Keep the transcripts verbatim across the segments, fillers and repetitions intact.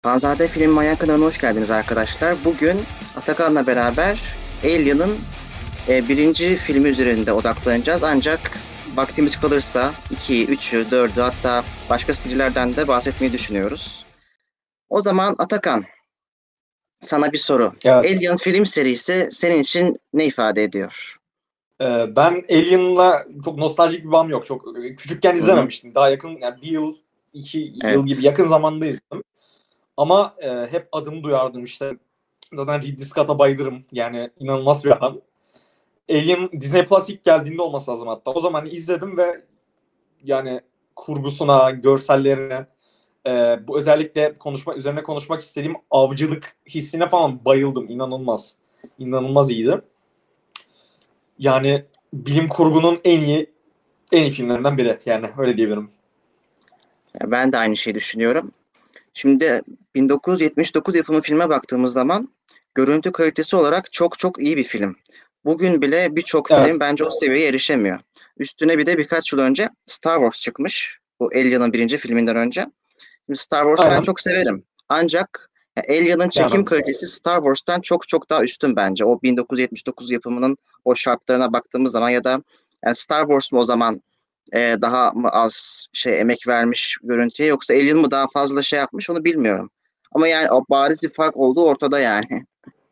Panzade Film Manyak kanalına hoş geldiniz arkadaşlar. Bugün Atakan'la beraber Alien'ın e, birinci filmi üzerinde odaklanacağız. Ancak vaktimiz kalırsa ikiyi, üçü, dördü hatta başka serilerden de bahsetmeyi düşünüyoruz. O zaman Atakan, sana bir soru. Evet. Alien film serisi senin için ne ifade ediyor? Ee, ben Alien'la çok nostaljik bir bağım yok. Çok e, küçükken Hı hı, izlememiştim. Daha yakın, yani bir yıl, iki yıl gibi evet. yakın zamanda izledim. Ama e, hep adını duyardım işte. Zaten Ridley Scott'a bayılırım. Yani inanılmaz bir adam. Alien Disney Plus ilk geldiğinde olması lazım hatta. O zaman izledim ve yani kurgusuna, görsellerine, e, bu özellikle konuşma üzerine konuşmak istediğim avcılık hissine falan bayıldım. İnanılmaz. İnanılmaz iyiydi. Yani bilim kurgunun en iyi en iyi filmlerinden biri. Yani öyle diyebilirim. Ya ben de aynı şeyi düşünüyorum. Şimdi bin dokuz yüz yetmiş dokuz yapımı filme baktığımız zaman görüntü kalitesi olarak çok çok iyi bir film. Bugün bile birçok Evet. film bence o seviyeye erişemiyor. Üstüne bir de birkaç yıl önce Star Wars çıkmış. Bu Alien'ın birinci filminden önce. Şimdi Star Wars'u ben Aynen. çok severim. Ancak ya, Alien'ın Yani çekim ben de. kalitesi Star Wars'tan çok çok daha üstün bence. O bin dokuz yüz yetmiş dokuz yapımının o şartlarına baktığımız zaman ya da yani Star Wars mu o zaman e, daha mı az şey emek vermiş görüntüye yoksa Alien mı daha fazla şey yapmış onu bilmiyorum. Ama yani o bariz bir fark olduğu ortada yani.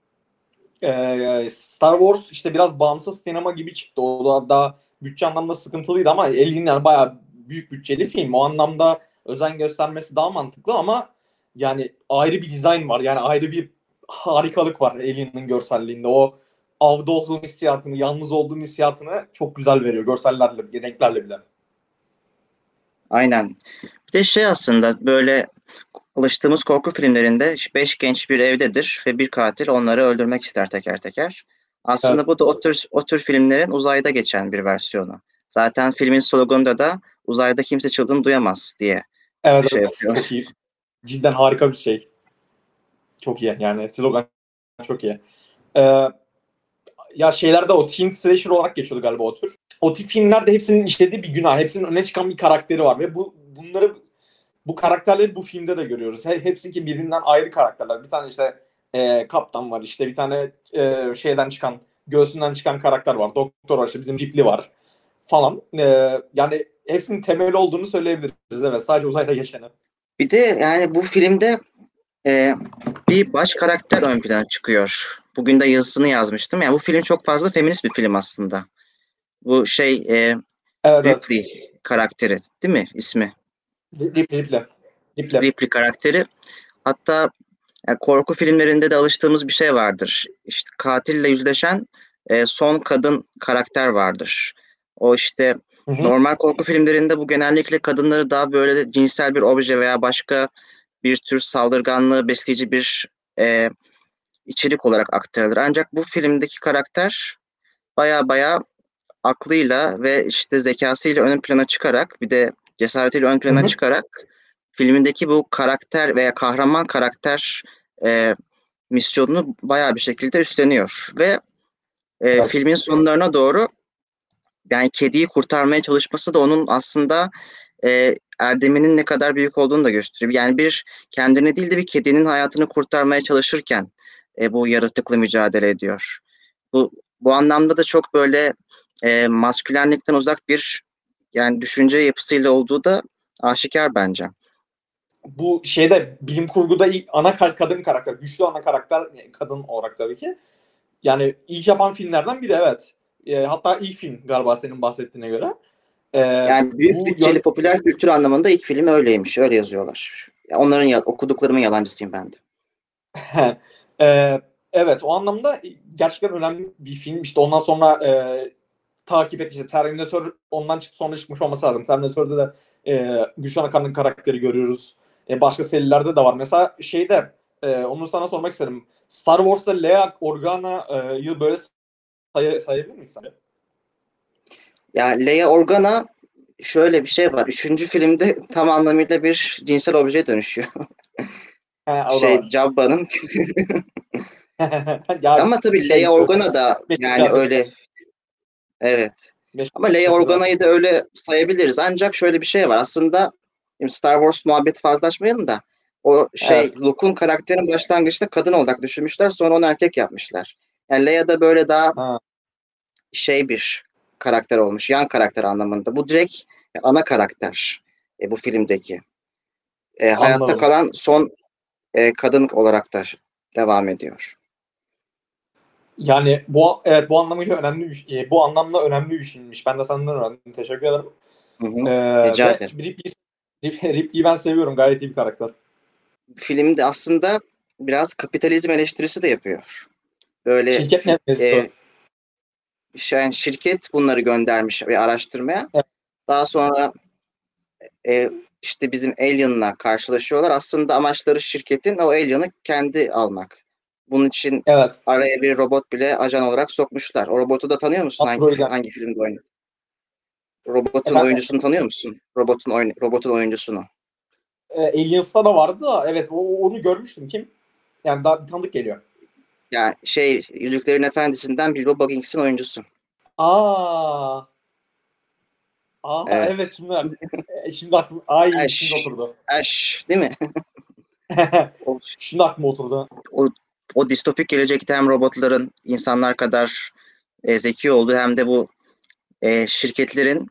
Ee, Star Wars işte biraz bağımsız sinema gibi çıktı. O da daha bütçe anlamda sıkıntılıydı ama Alien yani bayağı büyük bütçeli film. O anlamda özen göstermesi daha mantıklı ama yani ayrı bir dizayn var. Yani ayrı bir harikalık var Alien'ın görselliğinde. O avda olduğun hissiyatını, yalnız olduğun hissiyatını çok güzel veriyor görsellerle, renklerle bile. Aynen. Bir de şey aslında böyle alıştığımız korku filmlerinde beş genç bir evdedir ve bir katil onları öldürmek ister teker teker. Aslında Evet. bu da o tür, o tür filmlerin uzayda geçen bir versiyonu. Zaten filmin sloganında da uzayda kimse çığlığını duyamaz diye Evet, şey evet. yapıyor. Çok iyi. Cidden harika bir şey. Çok iyi. Yani slogan çok iyi. Ee, Ya şeylerde o teen slasher olarak geçiyordu galiba o tür. O tip filmlerde hepsinin işlediği bir günah. Hepsinin öne çıkan bir karakteri var ve bu bunları bu karakterleri bu filmde de görüyoruz. He, hepsinki birbirinden ayrı karakterler. Bir tane işte e, kaptan var, işte bir tane e, şeyden çıkan, göğsünden çıkan karakter var. Doktor var, işte bizim Ripley var falan. E, yani hepsinin temeli olduğunu söyleyebiliriz. Evet, sadece uzayda geçeni. Bir de yani bu filmde e, bir baş karakter ön plana çıkıyor. Bugün de yazısını yazmıştım. Yani bu film çok fazla feminist bir film aslında. Bu şey e, Evet, evet. Ripley karakteri değil mi ismi? Ripley, Ripley. Ripley. Ripley karakteri. Hatta yani korku filmlerinde de alıştığımız bir şey vardır. İşte katille yüzleşen e, son kadın karakter vardır. O işte Hı hı. normal korku filmlerinde bu genellikle kadınları daha böyle cinsel bir obje veya başka bir tür saldırganlığı besleyici bir e, içerik olarak aktarılır. Ancak bu filmdeki karakter baya baya aklıyla ve işte zekasıyla ön plana çıkarak bir de cesaretiyle ön Hı plana hı. çıkarak filmindeki bu karakter veya kahraman karakter e, misyonunu bayağı bir şekilde üstleniyor ve e, Evet. filmin sonlarına doğru yani kediyi kurtarmaya çalışması da onun aslında e, erdeminin ne kadar büyük olduğunu da gösteriyor. Yani bir kendini değil de bir kedinin hayatını kurtarmaya çalışırken e, bu yaratıkla mücadele ediyor. Bu bu anlamda da çok böyle e, maskülenlikten uzak bir yani düşünce yapısıyla olduğu da aşikar bence. Bu şeyde bilim kurguda ilk ana kadın karakter, güçlü ana karakter kadın olarak tabii ki. Yani ilk yapan filmlerden biri, evet. E, hatta ilk film galiba senin bahsettiğine göre. E, Yani büyük bu bütçeli yön popüler kültür anlamında ilk film öyleymiş. Öyle yazıyorlar. Ya onların ya, okuduklarımın yalancısıyım ben de. e, evet, o anlamda gerçekten önemli bir film. İşte ondan sonra e, takip et, işte Terminator ondan çık sonra çıkmış olması lazım. Terminator'da da e, güçlü ana kadın karakteri görüyoruz. E, başka serilerde de var. Mesela şeyde e, onu sana sormak isterim. Star Wars'ta Leia Organa'yı böyle say sayabilir miyiz sen? Ya Leia Organa şöyle bir şey var. Üçüncü filmde tam anlamıyla bir cinsel objeye dönüşüyor. He, o da Şey var. Jabba'nın. Ya Ama tabii Leia şey Organa da beşik yani kıyafetler. öyle evet. Beşik Ama Leia kıyafetleri var. Organa'yı da öyle sayabiliriz. Ancak şöyle bir şey var. Aslında şimdi Star Wars muhabbeti fazla açmayalım da O şey Evet. Luke'un karakterin başlangıçta kadın olarak düşünmüşler. Sonra onu erkek yapmışlar. Yani Leia da böyle daha Ha, şey bir karakter olmuş. Yan karakter anlamında. Bu direkt ana karakter e, bu filmdeki. E, hayatta anladım. kalan son e, kadın olarak da devam ediyor. Yani bu evet bu anlamıyla önemli bir şey- e, bu anlamda önemli bir filmmiş. Ben de senden öğrendim. Teşekkür ederim. Hı hı. Ee, Rica ve ederim. Ripley, Ripley'i ben seviyorum. Gayet iyi bir karakter. Filmde aslında biraz kapitalizm eleştirisi de yapıyor. Böyle Şirket fi- ne mevzusu? e, yani şirket bunları göndermiş bir araştırmaya. Evet. Daha sonra e, işte bizim Alien'la karşılaşıyorlar. Aslında amaçları şirketin o Alien'ı kendi almak. Bunun için Evet. araya bir robot bile ajan olarak sokmuşlar. O robotu da tanıyor musun? Hangi fi- Android'den. hangi filmde oynadı? Robotun Efendim, oyuncusunu tanıyor musun? Robotun oyun robotun oyuncusunu. e, Aliens'ta da vardı da evet o, onu görmüştüm. Kim? Yani daha bir tanıdık geliyor. Yani şey Yüzüklerin Efendisi'nden Bilbo Baggins'in oyuncusu. Aa, aa evet Evet. şimdi e, şimdi aklım ay şimdi Ash. oturdu. Ash değil mi? O, Şimdi aklıma oturdu. o, o distopik gelecekte hem robotların insanlar kadar e, zeki olduğu hem de bu e, şirketlerin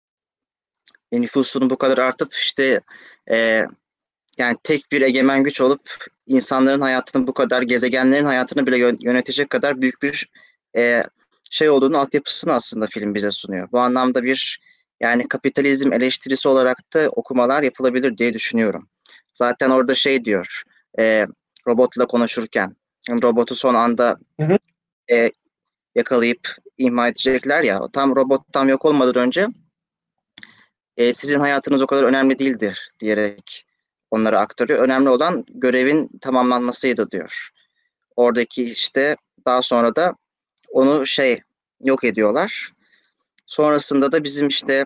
e, nüfusunun bu kadar artıp işte e, yani tek bir egemen güç olup insanların hayatını bu kadar gezegenlerin hayatını bile yönetecek kadar büyük bir e, şey olduğunu altyapısını aslında film bize sunuyor. Bu anlamda bir yani kapitalizm eleştirisi olarak da okumalar yapılabilir diye düşünüyorum. Zaten orada şey diyor e, robotla konuşurken robotu son anda Hı hı. e, yakalayıp imha edecekler ya tam robot tam yok olmadan önce e, sizin hayatınız o kadar önemli değildir diyerek onlara aktarıyor. Önemli olan görevin tamamlanmasıydı diyor. Oradaki işte daha sonra da onu şey yok ediyorlar. Sonrasında da bizim işte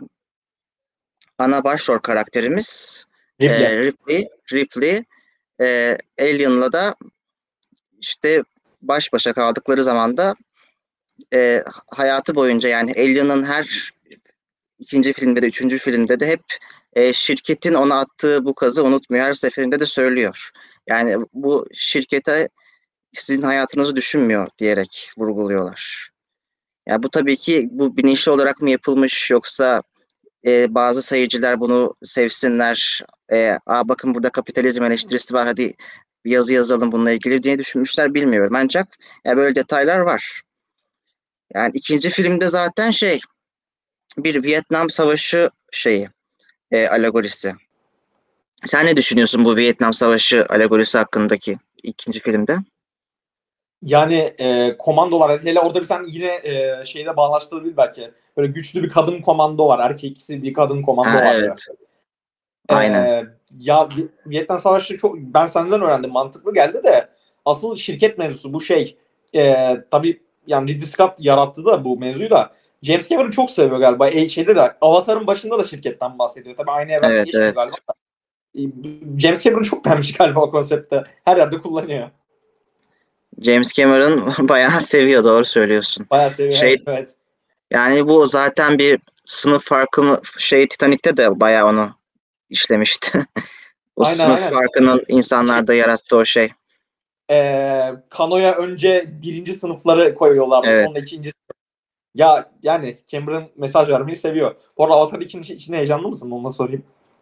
ana başrol karakterimiz Ripley. e, Ripley, Ripley e, Alien'la da işte baş başa kaldıkları zaman da e, hayatı boyunca yani Alien'ın her ikinci filmde de üçüncü filmde de hep e, şirketin ona attığı bu kazı unutmuyor. Her seferinde de söylüyor. Yani bu şirkete sizin hayatınızı düşünmüyor diyerek vurguluyorlar. Ya bu tabii ki bu bilinçli olarak mı yapılmış yoksa e, bazı seyirciler bunu sevsinler. E, Aa, bakın burada kapitalizm eleştirisi var hadi bir yazı yazalım bununla ilgili diye düşünmüşler bilmiyorum. Ancak ya böyle detaylar var. Yani ikinci filmde zaten şey bir Vietnam Savaşı şeyi e, alegorisi. Sen ne düşünüyorsun bu Vietnam Savaşı alegorisi hakkındaki ikinci filmde? Yani e, komandolar hele orada bir tane yine e, şeyde bağlaştırabilir belki. Böyle güçlü bir kadın komando var. Erkeksi bir kadın komando Ha vardı. evet, E, aynen. ya Vietnam Savaşı çok ben senden öğrendim mantıklı geldi de asıl şirket mevzusu bu şey. E, tabii yani Ridley Scott yarattı da bu mevzuyu da James Cameron çok seviyor galiba. E, şeyde de Avatar'ın başında da şirketten bahsediyor. Tabii aynı evrende Evet, geçmiyor evet. galiba. E, James Cameron çok beğenmiş galiba o konsepte. Her yerde kullanıyor. James Cameron bayağı seviyor, doğru söylüyorsun. Bayağı seviyor. Şey Evet. yani bu zaten bir sınıf farkı mı şey Titanic'te de bayağı onu işlemişti. O Aynen sınıf aynen. farkının Şey, insanlarda yarattığı o şey. e, kanoya önce birinci sınıfları koyuyorlardı. Evet. Sonra ikinci. Ya yani Cameron mesaj vermeyi seviyor. Bu arada Avatar ikinci için heyecanlı mısın? Onu da sorayım.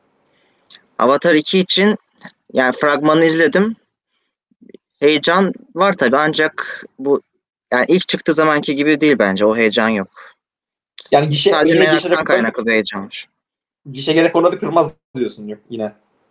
Avatar iki için yani fragmanı izledim. Heyecan var tabii ancak bu yani ilk çıktığı zamanki gibi değil bence. O heyecan yok. Yani gişe Sadece yine gişe meraktan rekorları, kaynaklı bir heyecan var. gişe rekorları kırmaz diyorsun diyor yine.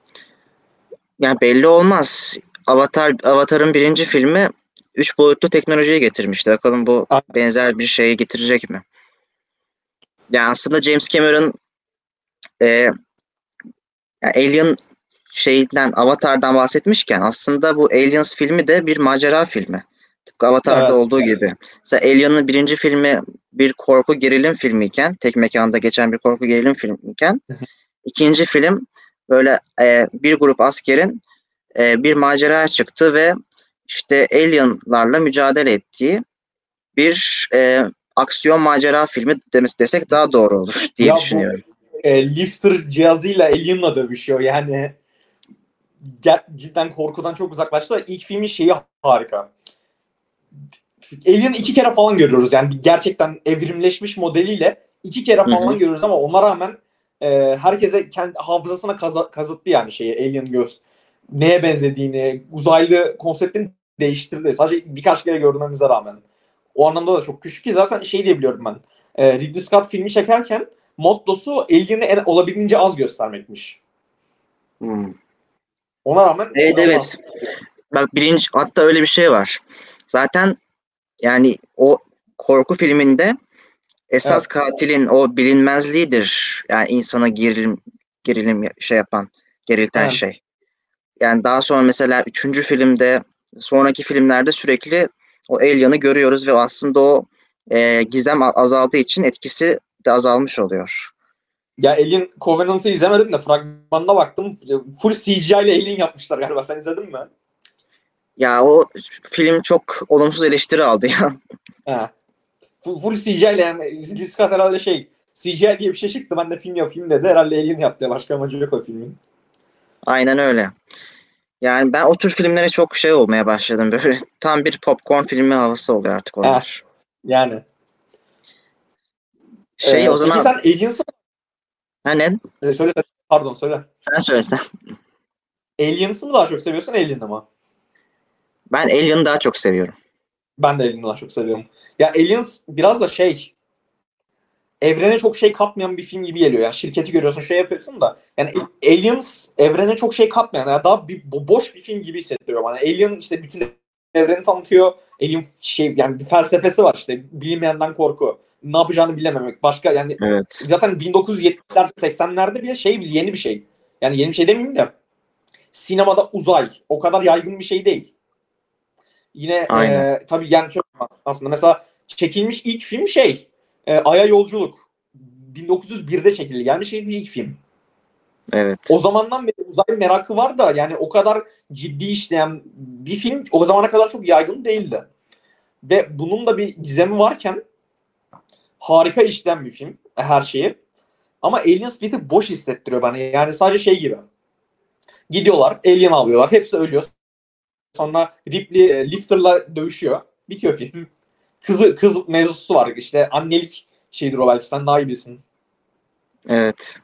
Yani belli olmaz. Avatar Avatar'ın birinci filmi üç boyutlu teknolojiyi getirmişti. Bakalım bu benzer bir şeyi getirecek mi? Yani aslında James Cameron e, yani Alien şeyden Avatar'dan bahsetmişken aslında bu Aliens filmi de bir macera filmi. Tıpkı Avatar'da Evet. olduğu gibi. Mesela Alien'ın birinci filmi bir korku gerilim filmiyken, tek mekanda geçen bir korku gerilim filmiyken, ikinci film böyle e, bir grup askerin e, bir maceraya çıktı ve işte alienlarla mücadele ettiği bir e, aksiyon macera filmi demes desek daha doğru olur diye Ya bu düşünüyorum. e, lifter cihazıyla Alien'la dövüşüyor yani. ger- cidden korkudan çok uzaklaştılar. İlk filmin şeyi harika. Alien'ı iki kere falan görüyoruz. Yani gerçekten evrimleşmiş modeliyle iki kere Hı hı. falan görüyoruz ama ona rağmen e, herkese kendi hafızasına kaza- kazıttı yani şeyi, Alien göz neye benzediğini, uzaylı konseptini değiştirdi. Sadece birkaç kere görmemize rağmen. O anlamda da çok küçük ki zaten şey diye biliyorum ben. E, Ridley Scott filmi çekerken mottosu Alien'ı en, olabildiğince az göstermekmiş. Hmm. Ona rağmen Evet, evet. inanılmaz. Bak, birinci hatta öyle bir şey var. Zaten yani o korku filminde esas Evet. katilin o bilinmezliğidir. Yani insana gerilim gerilim şey yapan, gerilten Aynen. şey. Yani daha sonra mesela üçüncü filmde, sonraki filmlerde sürekli o alien'ı görüyoruz ve aslında o e, gizem a- azaldığı için etkisi de azalmış oluyor. Ya Alien Covenant'ı izlemedim de fragmanına baktım. Full C G I ile Alien yapmışlar galiba. Sen izledin mi? Ya o film çok olumsuz eleştiri aldı ya. He. Full, full C G I ile yani Ridley Scott herhalde şey C G I diye bir şey çıktı. Ben de film yapayım dedi. Herhalde Alien yaptı. Başka amacı yok o filmin. Aynen öyle. Yani ben o tür filmlere çok şey olmaya başladım. Böyle tam bir popcorn filmi havası oluyor artık He. onlar. Yani. Şey, o Ee, peki zaman sen Aliens'ı hani e, söyle söyle. Pardon söyle. sen söylesen. Aliens'ı mı daha çok seviyorsun Alien'ı mı? Ben Alien'ı daha çok seviyorum. Ben de Alien'ı daha çok seviyorum. Ya Aliens biraz da şey evrene çok şey katmayan bir film gibi geliyor. Yani şirketi görüyorsun, şey yapıyorsun da. Yani Aliens evrene çok şey katmayan, yani daha bir bo- boş bir film gibi hissettiriyor bana. Alien işte bütün evreni tanıtıyor. Alien şey yani bir felsefesi var işte. Bilinmeyenden korku. Ne yapacağını bilememek. Başka yani Evet. zaten bin dokuz yüz yetmişlerde seksenlerde bile şey yeni bir şey. Yani yeni bir şey demeyeyim de sinemada uzay o kadar yaygın bir şey değil. Yine Aynen. e, tabii yani çok aslında mesela çekilmiş ilk film şey e, Ay'a Yolculuk. bin dokuz yüz birde çekildi. Gelmiş ilk film. Evet. O zamandan beri uzay merakı var da yani o kadar ciddi işleyen bir film o zamana kadar çok yaygın değildi. Ve bunun da bir gizemi varken harika işleyen bir film her şeyi. Ama Aliens bir tık boş hissettiriyor bana. Yani sadece şey gibi. Gidiyorlar, alien avlıyorlar. Hepsi ölüyor. Sonra Ripley e, Lifter'la dövüşüyor. Bitiyor film. Kızı kız mevzusu var. İşte annelik şeydir o belki. Sen daha iyi bilirsin. Evet.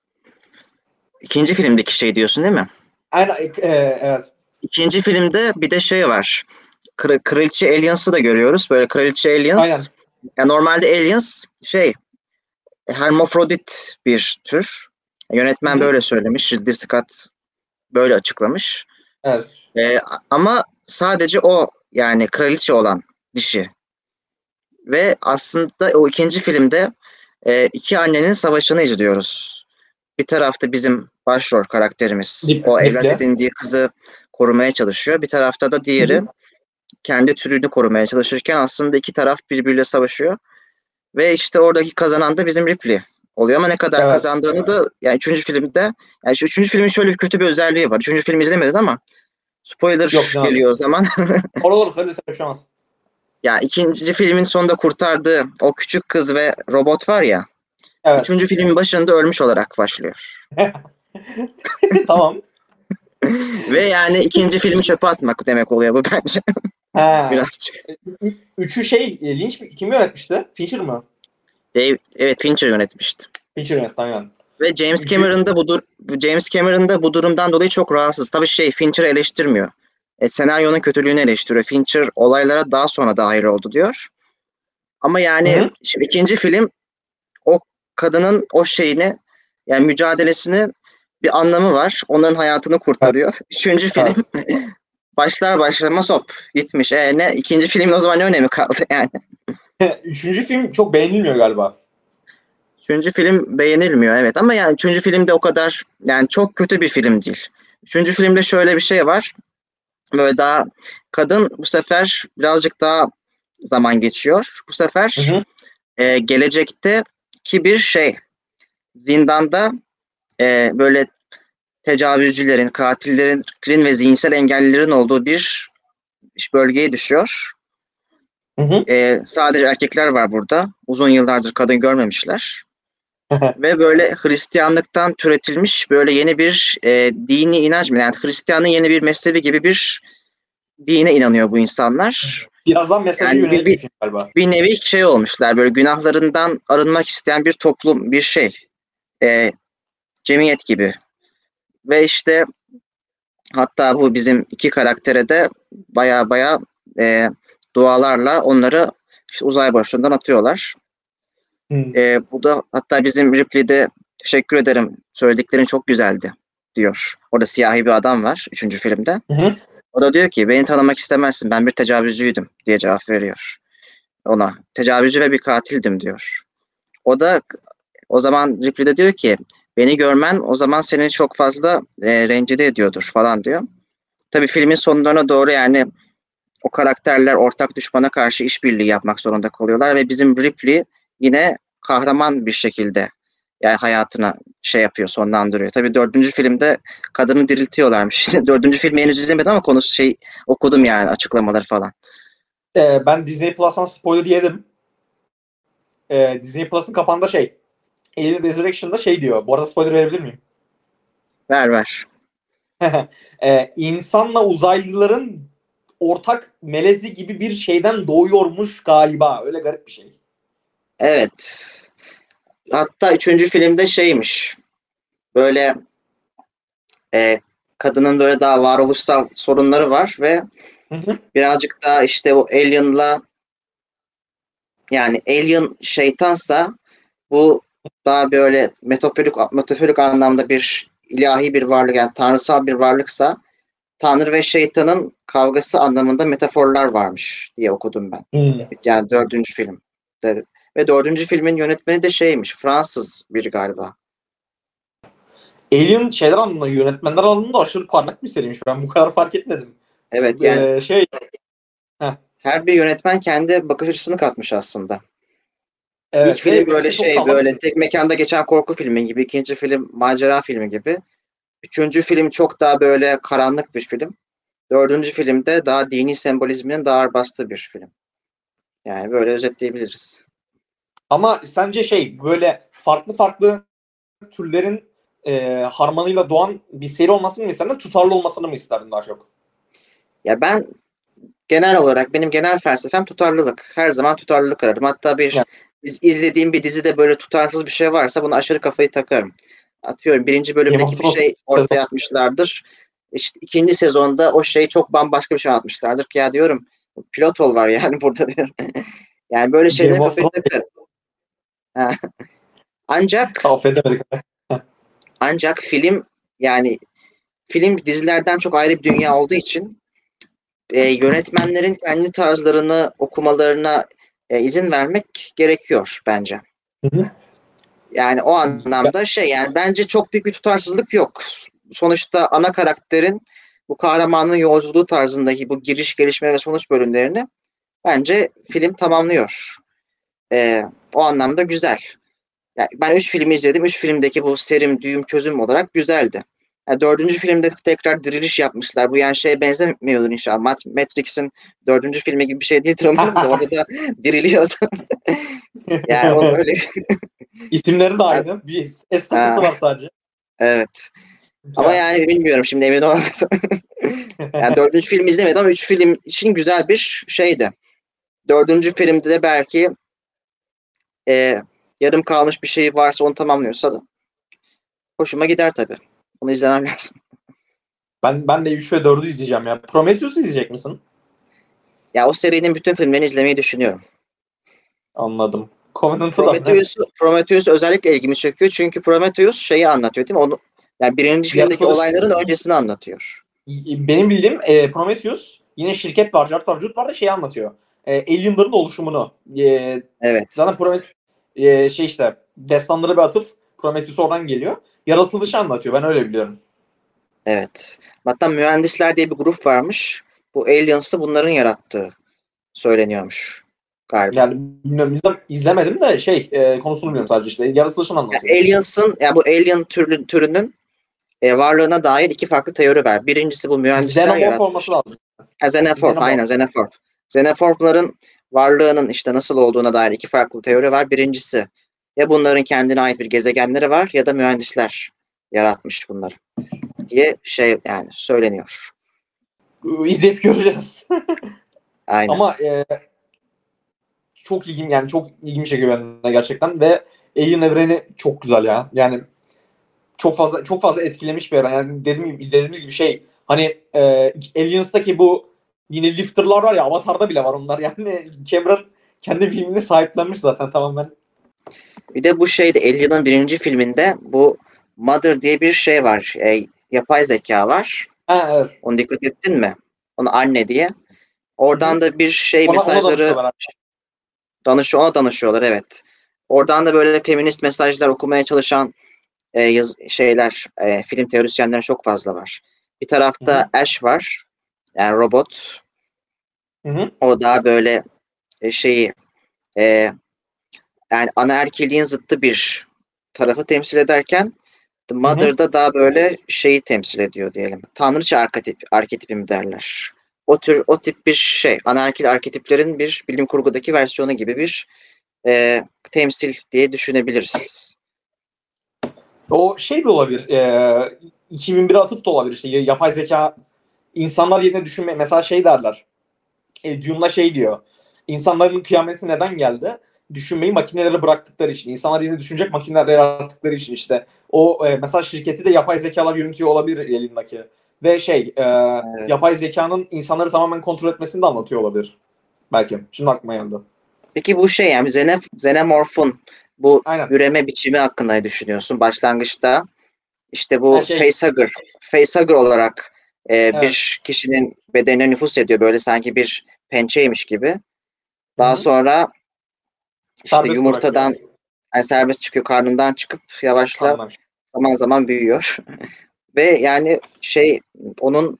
İkinci filmdeki şey diyorsun değil mi? Aynen, e, e, evet. İkinci filmde bir de şey var. Kra- Kraliçe Aliens'ı da görüyoruz. Böyle Kraliçe Aliens. Aynen. Ya normalde Aliens şey, hermafrodit bir tür. Hı Yönetmen hı. böyle söylemiş. Ridley Scott böyle açıklamış. Evet. Ee, ama sadece o, yani kraliçe olan dişi. Ve aslında o ikinci filmde e, iki annenin savaşını izliyoruz. Bir tarafta bizim başrol karakterimiz Rip, o evlat Ripley. edindiği kızı korumaya çalışıyor. Bir tarafta da Hı diğeri hı. kendi türünü korumaya çalışırken aslında iki taraf birbiriyle savaşıyor. Ve işte oradaki kazanan da bizim Ripley oluyor ama ne kadar Evet. kazandığını da, yani üçüncü filmde, yani şu üçüncü filmin şöyle bir kötü bir özelliği var. Üçüncü filmi izlemedin ama Yok spoiler canım. geliyor o zaman. Oraları söyle söyle bir şey olmaz. Ya ikinci filmin sonunda kurtardığı o küçük kız ve robot var ya, Evet. üçüncü filmin başında ölmüş olarak başlıyor. Tamam. Ve yani ikinci filmi çöpe atmak demek oluyor bu bence. Ha. Birazcık. Ü- Üçü şey e, Lynch mi- kim yönetmişti? Fincher mı? Dave, evet, Fincher yönetmişti. Fincher yönetti aynen. Ve James Üçü Cameron da bu dur James Cameron da bu durumdan dolayı çok rahatsız. Tabii şey, Fincher'ı eleştirmiyor. E, senaryonun kötülüğünü eleştiriyor. Fincher olaylara daha sonra dahil oldu diyor. Ama hı yani hı. şimdi ikinci film o kadının o şeyini, yani mücadelesini, bir anlamı var. Onların hayatını Evet. kurtarıyor. Üçüncü film Evet. başlar başlamaz hop gitmiş. E ne? İkinci filmin o zaman ne önemi kaldı yani? Üçüncü film çok beğenilmiyor galiba. Üçüncü film beğenilmiyor, evet, ama yani üçüncü filmde o kadar, yani çok kötü bir film değil. Üçüncü filmde şöyle bir şey var. Böyle daha kadın bu sefer birazcık daha zaman geçiyor. Bu Hı sefer hı. e, gelecekteki bir şey, zindanda e, böyle tecavüzcülerin, katillerin ve zihinsel engellilerin olduğu bir bölgeye düşüyor. Hı hı. E, sadece erkekler var burada. Uzun yıllardır kadın görmemişler. ve böyle Hristiyanlıktan türetilmiş böyle yeni bir e, dini inanç mı? Yani Hristiyanlığın yeni bir mezhebi gibi bir dine inanıyor bu insanlar. Birazdan mesaja Yani bir, yönelik bir bir, film galiba. bir nevi şey olmuşlar, böyle günahlarından arınmak isteyen bir toplum, bir şey, e, cemiyet gibi. Ve işte hatta bu bizim iki karaktere de baya baya e, dualarla onları işte uzay boşluğundan atıyorlar. Hmm. E, bu da hatta bizim Ripley'de teşekkür ederim, söylediklerin çok güzeldi diyor. Orada siyahi bir adam var üçüncü filmde. Hı hı. O da diyor ki beni tanımak istemezsin, ben bir tecavüzcüydüm diye cevap veriyor ona. Tecavüzcü ve bir katildim diyor. O da o zaman Ripley de diyor ki beni görmen o zaman seni çok fazla e, rencide ediyordur falan diyor. Tabii filmin sonlarına doğru yani o karakterler ortak düşmana karşı işbirliği yapmak zorunda kalıyorlar ve bizim Ripley yine kahraman bir şekilde yani hayatına şey yapıyor, sonlandırıyor. Tabii dördüncü filmde kadını diriltiyorlarmış. Dördüncü filmi henüz izlemedim ama konusu şey okudum yani açıklamaları falan. Ee, ben Disney Plus'tan spoiler yedim. Ee, Disney Plus'ın kapağında şey, Alien Resurrection'da şey diyor. Bu arada spoiler verebilir miyim? Ver ver. ee, insanla uzaylıların ortak melezi gibi bir şeyden doğuyormuş galiba. Öyle garip bir şey. Evet. Hatta üçüncü filmde şeymiş. Böyle e, kadının böyle daha varoluşsal sorunları var ve Hı hı. birazcık daha işte o alien'la yani alien şeytansa bu daha böyle metaforik, metaforik anlamda bir ilahi bir varlık yani tanrısal bir varlıksa Tanrı ve şeytanın kavgası anlamında metaforlar varmış diye okudum ben. Hmm. Yani dördüncü film. Ve dördüncü filmin yönetmeni de şeymiş, Fransız biri galiba. Alien şeyler anlamında, yönetmenler anlamında aşırı parlak bir seriymiş. Ben bu kadar fark etmedim. Evet yani Ee, şey, heh, her bir yönetmen kendi bakış açısını katmış aslında. İlk evet film ve böyle hepsini çok şey sağlam böyle isim. tek mekanda geçen korku filmi gibi, ikinci film macera filmi gibi. Üçüncü film çok daha böyle karanlık bir film. Dördüncü filmde daha dini sembolizmin daha ağır bastığı bir film. Yani böyle özetleyebiliriz. Ama sence şey böyle farklı farklı türlerin e, harmanıyla doğan bir seri olmasını mı isterdin, tutarlı olmasını mı isterdin daha çok? Ya ben genel olarak benim genel felsefem tutarlılık. Her zaman tutarlılık ararım. Hatta bir Yani, iz- izlediğim bir dizide böyle tutarsız bir şey varsa buna aşırı kafayı takarım. Atıyorum birinci Game of bölümdeki bir Thrones şey sezon. ortaya atmışlardır. İşte ikinci sezonda o şey çok bambaşka bir şey atmışlardır. Ya diyorum pilot hol var yani burada diyorum. Yani böyle şeylere Game of kafayı Thrones takarım. Ha. Ancak affedemedik. ancak film yani film dizilerden çok ayrı bir dünya olduğu için e, yönetmenlerin kendi tarzlarını okumalarına e, izin vermek gerekiyor bence. Yani o anlamda şey yani bence çok büyük bir tutarsızlık yok. Sonuçta ana karakterin bu kahramanın yolculuğu tarzındaki bu giriş, gelişme ve sonuç bölümlerini bence film tamamlıyor. E, o anlamda güzel. Yani ben üç filmi izledim. Üç filmdeki bu serim, düğüm, çözüm olarak güzeldi. Yani dördüncü filmde tekrar diriliş yapmışlar. Bu yani şeye benzemiyordur inşallah. Matrix'in dördüncü filmi gibi bir şey değildir umarım da orada da diriliyor. Yani o öyle. İsimleri de aynı. Bir S takısı Ha, var sadece. evet. Ama Ya. yani bilmiyorum şimdi emin olamadım. Yani dördüncü filmi izlemedim ama üç film için güzel bir şeydi. Dördüncü filmde de belki e, yarım kalmış bir şey varsa onu tamamlıyorsa da hoşuma gider tabii. Onu izlemem lazım. Ben ben de üç ve dördü izleyeceğim ya. Prometheus'u izleyecek misin? Ya o serinin bütün filmlerini izlemeyi düşünüyorum. Anladım. Covenant'ı da mı? Prometheus, Prometheus özellikle ilgimi çekiyor. Çünkü Prometheus şeyi anlatıyor değil mi? Onu, yani birinci filmdeki Yaratılış. olayların öncesini anlatıyor. Benim bildiğim e, Prometheus yine şirket var, Jar Jar var da şeyi anlatıyor. E, alienların oluşumunu. E, Evet. zaten Prometheus e, şey işte destanları bir atıf Prometheus oradan geliyor. Yaratılışı anlatıyor. Ben öyle biliyorum. Evet. Hatta mühendisler diye bir grup varmış. Bu Aliens'ı bunların yarattığı söyleniyormuş galiba. Yani bilmiyorum izle, izlemedim de şey e, konusunu bilmiyorum sadece işte. Yaratılışını anlatıyor. Yani Aliens'ın ya bu Alien türü, türünün e, varlığına dair iki farklı teori var. Birincisi bu mühendisler Xenomorph olması yaratmış. lazım. Ha, Xenomorph, aynen Xenomorph. Xenomorph. Xenomorph'ların varlığının işte nasıl olduğuna dair iki farklı teori var. Birincisi ya bunların kendine ait bir gezegenleri var ya da mühendisler yaratmış bunları diye şey yani söyleniyor. İzleyip göreceğiz. Aynen. Ama e, çok ilgim yani çok ilgimi çekiyor bende gerçekten ve Alien evreni çok güzel ya. Yani çok fazla çok fazla etkilemiş bir evren. Yani dediğim gibi, dediğimiz gibi şey hani e, Aliens'taki bu yine lifter'lar var ya, Avatar'da bile var onlar. Yani Cameron kendi filmini sahiplenmiş zaten tamamen. Bir de bu şeyde Alien'ın birinci filminde bu Mother diye bir şey var. E, yapay zeka var. Ha, evet. Onu dikkat ettin mi? Onu anne diye. Hı-hı. Oradan da bir şey Ona ona mesajları danışıyorlar abi. danışıyor, ona danışıyorlar evet. Oradan da böyle feminist mesajlar okumaya çalışan e, yaz, şeyler, e, film teorisyenleri çok fazla var. Bir Hı-hı. tarafta Ash var. Yani robot. Hı-hı. O daha böyle e, şeyi e, yani anaerkilliğin zıttı bir tarafı temsil ederken The Hı-hı. Mother'da daha böyle şeyi temsil ediyor diyelim. Tanrıça arketip, arketipi mi derler. O tür o tip bir şey. Anaerkil arketiplerin bir bilim kurgudaki versiyonu gibi bir e, temsil diye düşünebiliriz. O şey de olabilir. E, iki bin bire atıf da olabilir. İşte yapay zeka insanlar yerine düşünme. Mesela şey derler. E, Dune'da şey diyor. İnsanların kıyameti neden geldi? Düşünmeyi makinelere bıraktıkları için. İnsanlar yine düşünecek makineler yarattıkları için işte. O e, mesela şirketi de yapay zekalar yönetiyor olabilir elindeki. Ve şey e, Evet. yapay zekanın insanları tamamen kontrol etmesini de anlatıyor olabilir. Belki. Şimdi aklıma geldi. Peki bu şey yani Xene, Xenomorph'un bu Aynen. üreme biçimi hakkında ne düşünüyorsun? Başlangıçta işte Her bu şey. facehugger, facehugger olarak e, Evet. bir kişinin bedenine nüfuz ediyor. Böyle sanki bir pençeymiş gibi. Hı Daha hı. sonra işte Serbest bırakıyor. yumurtadan yani serbest çıkıyor, karnından çıkıp yavaşla Karnından. zaman zaman büyüyor. Ve yani şey onun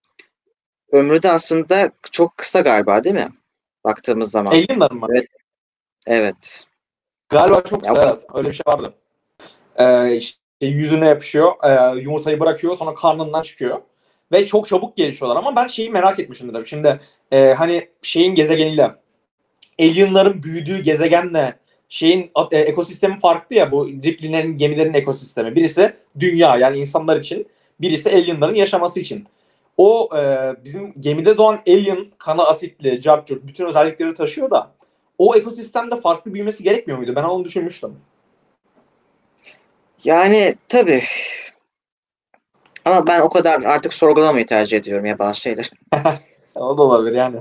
ömrü de aslında çok kısa galiba değil mi? Baktığımız zaman. Alien'ların mı? Evet. Evet. Galiba çok Ya, o kısa, kadar- evet. Öyle bir şey vardı. Ee, işte yüzüne yapışıyor. E, yumurtayı bırakıyor. Sonra karnından çıkıyor. Ve çok çabuk gelişiyorlar. Ama ben şeyi merak etmişim tabii. Şimdi e, hani şeyin gezegeniyle alienların büyüdüğü gezegenle şeyin e, ekosistemi farklı ya, bu Ripley'lerin gemilerin ekosistemi. Birisi dünya yani insanlar için. Birisi alienların yaşaması için. O e, bizim gemide doğan alien kanı asitli, cartçurt bütün özellikleri taşıyor da o ekosistemde farklı büyümesi gerekmiyor muydu? Ben onu düşünmüştüm. yani tabii ama ben o kadar artık sorgulamayı tercih ediyorum ya bazı şeyler. O da olabilir yani.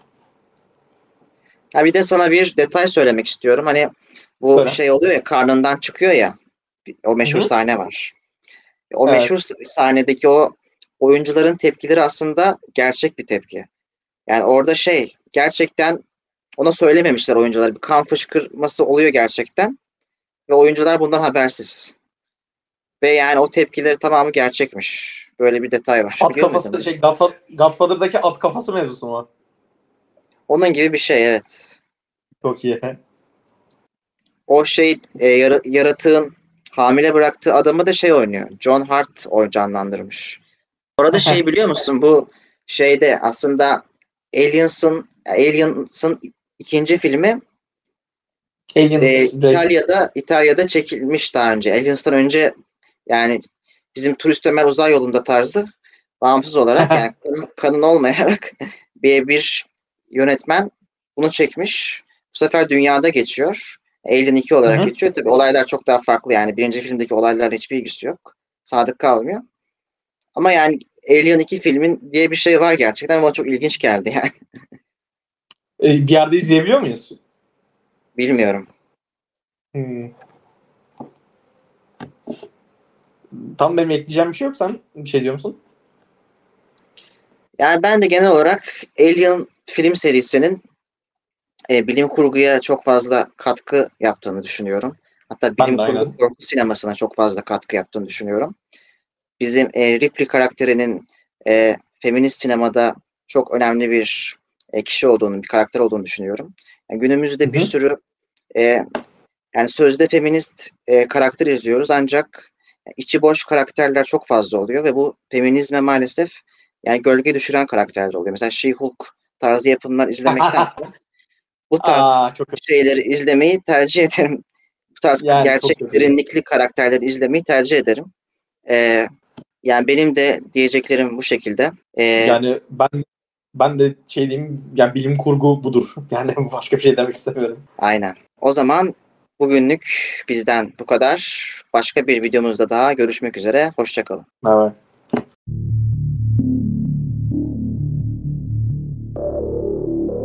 Ha bir de sana bir detay söylemek istiyorum. Hani bu Böyle. şey oluyor ya karnından çıkıyor ya o Hı meşhur hı. sahne var. O meşhur Evet. s- sahnedeki o oyuncuların tepkileri aslında gerçek bir tepki. Yani orada şey gerçekten ona söylememişler oyuncular. Bir kan fışkırması oluyor gerçekten ve oyuncular bundan habersiz. Ve yani o tepkileri tamamı gerçekmiş. Böyle bir detay var. At Biliyor muydun kafası bunu? şey Godfather, Godfather'daki at kafası mevzusu mu? Onun gibi bir şey evet. Çok iyi. O şey e, yara- yaratığın hamile bıraktığı adamı da şey oynuyor. John Hart o canlandırmış. Orada şey biliyor musun? Bu şeyde aslında Aliens'ın Aliens'ın ikinci filmi Alien e, Ray. İtalya'da İtalya'da çekilmiş daha önce. Aliens'tan önce yani bizim Turist Ömer Uzay Yolunda tarzı bağımsız olarak yani kanın, kanın olmayarak bir, bir yönetmen bunu çekmiş. Bu sefer dünyada geçiyor. Alien iki Hı olarak hı. geçiyor. Tabii olaylar çok daha farklı yani. Birinci filmdeki olaylarla hiçbir ilgisi yok. Sadık kalmıyor. Ama yani Alien iki filmin diye bir şey var gerçekten ama çok ilginç geldi yani. E, bir yerde izleyebiliyor muyuz? Bilmiyorum. Hmm. Tam benim ekleyeceğim bir şey yok, sen bir şey diyor musun? Yani ben de genel olarak Alien film serisinin e, bilim kurguya çok fazla katkı yaptığını düşünüyorum. Hatta bilim Ben de kurgu aynen. korku sinemasına çok fazla katkı yaptığını düşünüyorum. Bizim e, Ripley karakterinin e, feminist sinemada çok önemli bir e, kişi olduğunu, bir karakter olduğunu düşünüyorum. Yani Hı günümüzde bir hı. sürü e, yani sözde feminist e, karakter izliyoruz ancak içi boş karakterler çok fazla oluyor ve bu feminizme maalesef yani gölge düşüren karakterler oluyor. Mesela She-Hulk tarzı yapımlar izlemektense bu Aa, tarz çok şeyleri izlemeyi tercih ederim Bu tarz Yani çok gerçek kötü. derinlikli karakterleri izlemeyi tercih ederim. Ee, yani benim de diyeceklerim bu şekilde. Ee, Yani ben ben de şey diyeyim, yani bilim kurgu budur. Yani başka bir şey demek istemiyorum. aynen. O zaman bugünlük bizden bu kadar. Başka bir videomuzda daha görüşmek üzere. Hoşça kalın. Evet.